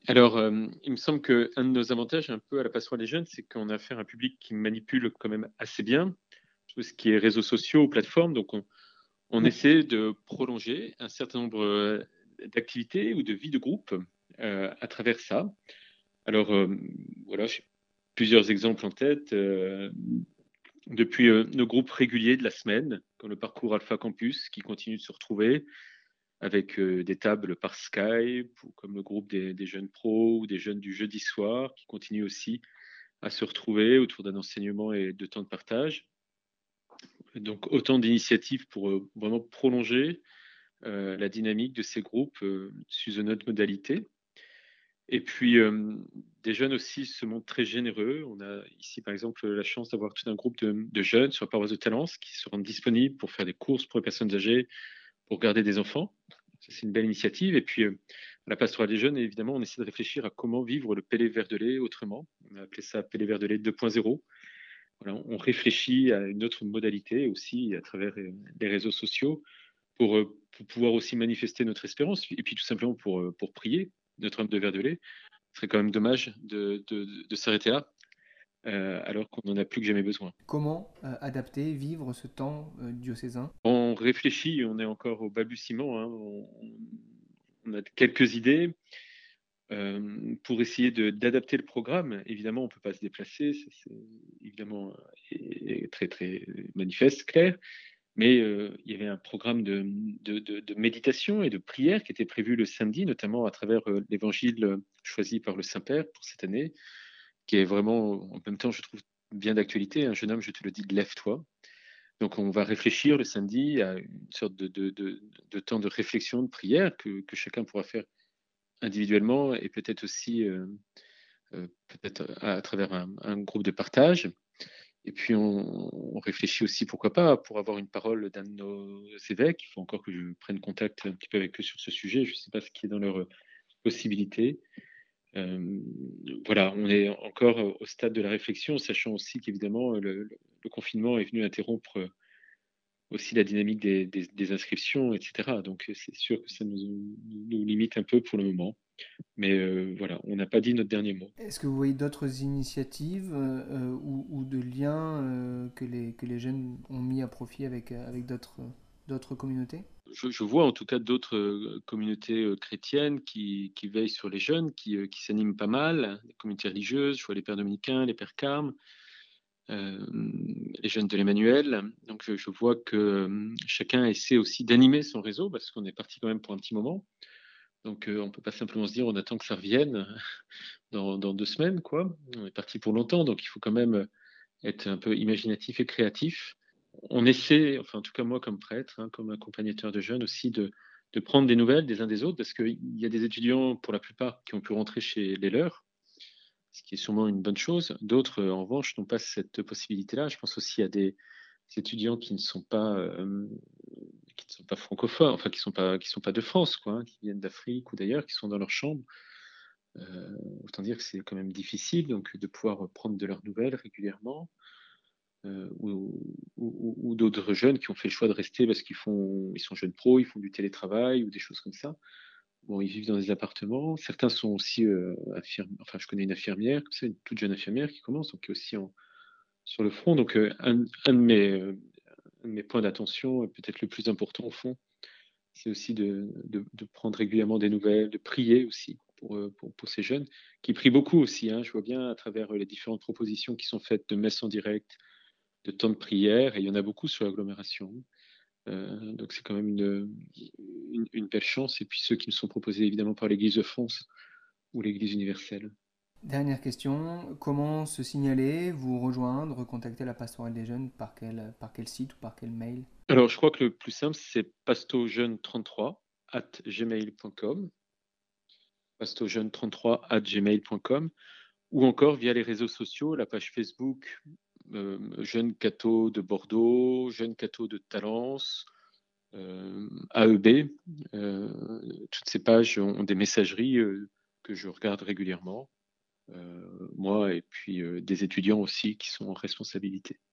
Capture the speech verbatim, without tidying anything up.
Alors, hem, il me semble qu'un de nos avantages un peu à la Passerelle des jeunes, c'est qu'on a affaire à un public qui manipule quand même assez bien tout ce qui est réseaux sociaux ou plateformes. Donc on on essaie de prolonger un certain nombre, heu, d'activités ou de vie de groupe, heu, à travers ça. Alors, hem, voilà, j'ai plusieurs exemples en tête, heu, depuis, heu, nos groupes réguliers de la semaine, comme le parcours Alpha Campus qui continue de se retrouver avec, heu, des tables par Skype ou comme le groupe des des jeunes pros ou des jeunes du jeudi soir qui continuent aussi à se retrouver autour d'un enseignement et de temps de partage. Donc autant d'initiatives pour, heu, vraiment prolonger, heu, la dynamique de ces groupes, heu, sous une autre modalité. Et puis, hem, des jeunes aussi se montrent très généreux. On a ici, par exemple, la chance d'avoir tout un groupe de de jeunes sur la paroisse de Talence qui se rendent disponibles pour faire des courses pour les personnes âgées, pour garder des enfants. Ça, c'est une belle initiative. Et puis, heu, à la pastorale des jeunes, évidemment, on essaie de réfléchir à comment vivre le Pélé Verdelais autrement. On a appelé ça Pélé Verdelais deux point zéro. Voilà, on réfléchit à une autre modalité aussi à travers, heu, les réseaux sociaux pour, heu, pour pouvoir aussi manifester notre espérance et puis tout simplement pour, heu, pour prier Notre-Dame de Verdelais. Ce serait quand même dommage de de de s'arrêter là, heu, alors qu'on en a plus que jamais besoin. Comment euh, adapter, vivre ce temps euh, diocésain? On réfléchit, on est encore au balbutiement, hein, on on on a quelques idées, hem, pour essayer de d'adapter le programme. Évidemment, on ne peut pas se déplacer, ça c'est évidemment, heu, très, très manifeste, clair. Mais, heu, il y avait un programme de, mmh, de de de méditation et de prière qui était prévu le samedi, notamment à travers, heu, l'évangile, heu, choisi par le Saint-Père pour cette année, qui est vraiment, en même temps, je trouve, bien d'actualité. «Un jeune homme, je te le dis, lève-toi». Donc on va réfléchir le samedi à une sorte de de de de temps de réflexion, de prière que que chacun pourra faire individuellement et peut-être aussi, heu heu, peut-être à à travers un un groupe de partage. Et puis on on réfléchit aussi, pourquoi pas, pour avoir une parole d'un de nos évêques. Il faut encore que je prenne contact un petit peu avec eux sur ce sujet. Je ne sais pas ce qui est dans leurs, possibilités. Hem, voilà, on est encore au au stade de la réflexion, sachant aussi qu'évidemment, le le le confinement est venu interrompre, heu, aussi la dynamique des des des inscriptions et cetera. Donc, heu, c'est sûr que ça nous nous limite un peu pour le moment. Mais, heu, voilà, on n'a pas dit notre dernier mot. Est-ce que vous voyez d'autres initiatives euh, euh, ou, ou de liens euh, que, les, que les jeunes ont mis à profit avec, euh, avec d'autres d'autres communautés? Je je vois en tout cas d'autres, heu, communautés, heu, chrétiennes qui qui veillent sur les jeunes, qui, heu, qui s'animent pas mal, les communautés religieuses. Je vois les pères dominicains, les pères carmes, hem, les jeunes de l'Emmanuel. Donc je je vois que, hem, chacun essaie aussi d'animer son réseau parce qu'on est parti quand même pour un petit moment. Donc, heu, on peut pas simplement se dire: «On attend que ça revienne dans dans deux semaines», quoi. On est parti pour longtemps, donc il faut quand même, être un peu imaginatif et créatif. On essaie, enfin en tout cas moi comme prêtre, hein, comme accompagnateur de jeunes aussi, de, de prendre des nouvelles des uns des autres, parce qu'il y a des étudiants, pour la plupart, qui ont pu rentrer chez les leurs, ce qui est sûrement une bonne chose. D'autres, euh, en revanche, n'ont pas cette possibilité-là. Je pense aussi à des étudiants qui ne sont pas, euh, qui ne sont pas francophones, enfin qui ne sont pas, qui sont pas de France, quoi, hein, qui viennent d'Afrique ou d'ailleurs, qui sont dans leur chambre. Euh, Autant dire que c'est quand même difficile donc de pouvoir prendre de leurs nouvelles régulièrement. Euh, ou, ou, ou d'autres jeunes qui ont fait le choix de rester parce qu'ils font, ils sont jeunes pros, ils font du télétravail ou des choses comme ça. Bon, ils vivent dans des appartements. Certains sont aussi euh, infirmières. Enfin, je connais une infirmière, comme ça, une toute jeune infirmière qui commence, donc qui est aussi en, sur le front. Donc, euh, un, un, de mes, euh, un de mes points d'attention, peut-être le plus important au fond, c'est aussi de, de, de, prendre régulièrement des nouvelles, de prier aussi pour, euh, pour, pour ces jeunes, qui prient beaucoup aussi. Hein, je vois bien à travers les différentes propositions qui sont faites de messe en direct, de temps de prière, et il y en a beaucoup sur l'agglomération. Euh, donc c'est quand même une, une, une, belle chance. Et puis ceux qui me sont proposés évidemment par l'Église de France ou l'Église universelle. Dernière question, comment se signaler, vous rejoindre, contacter la pastorale des jeunes, par quel, par quel site ou par quel mail? Alors je crois que le plus simple c'est pastojeune trente-trois at gmail point com, pastojeune trente-trois at gmail point com, ou encore via les réseaux sociaux, la page Facebook euh, Jeunes Cathos de Bordeaux, Jeunes Cathos de Talence, euh, A E B. Euh, toutes ces pages ont des messageries euh, que je regarde régulièrement, euh, moi et puis euh, des étudiants aussi qui sont en responsabilité.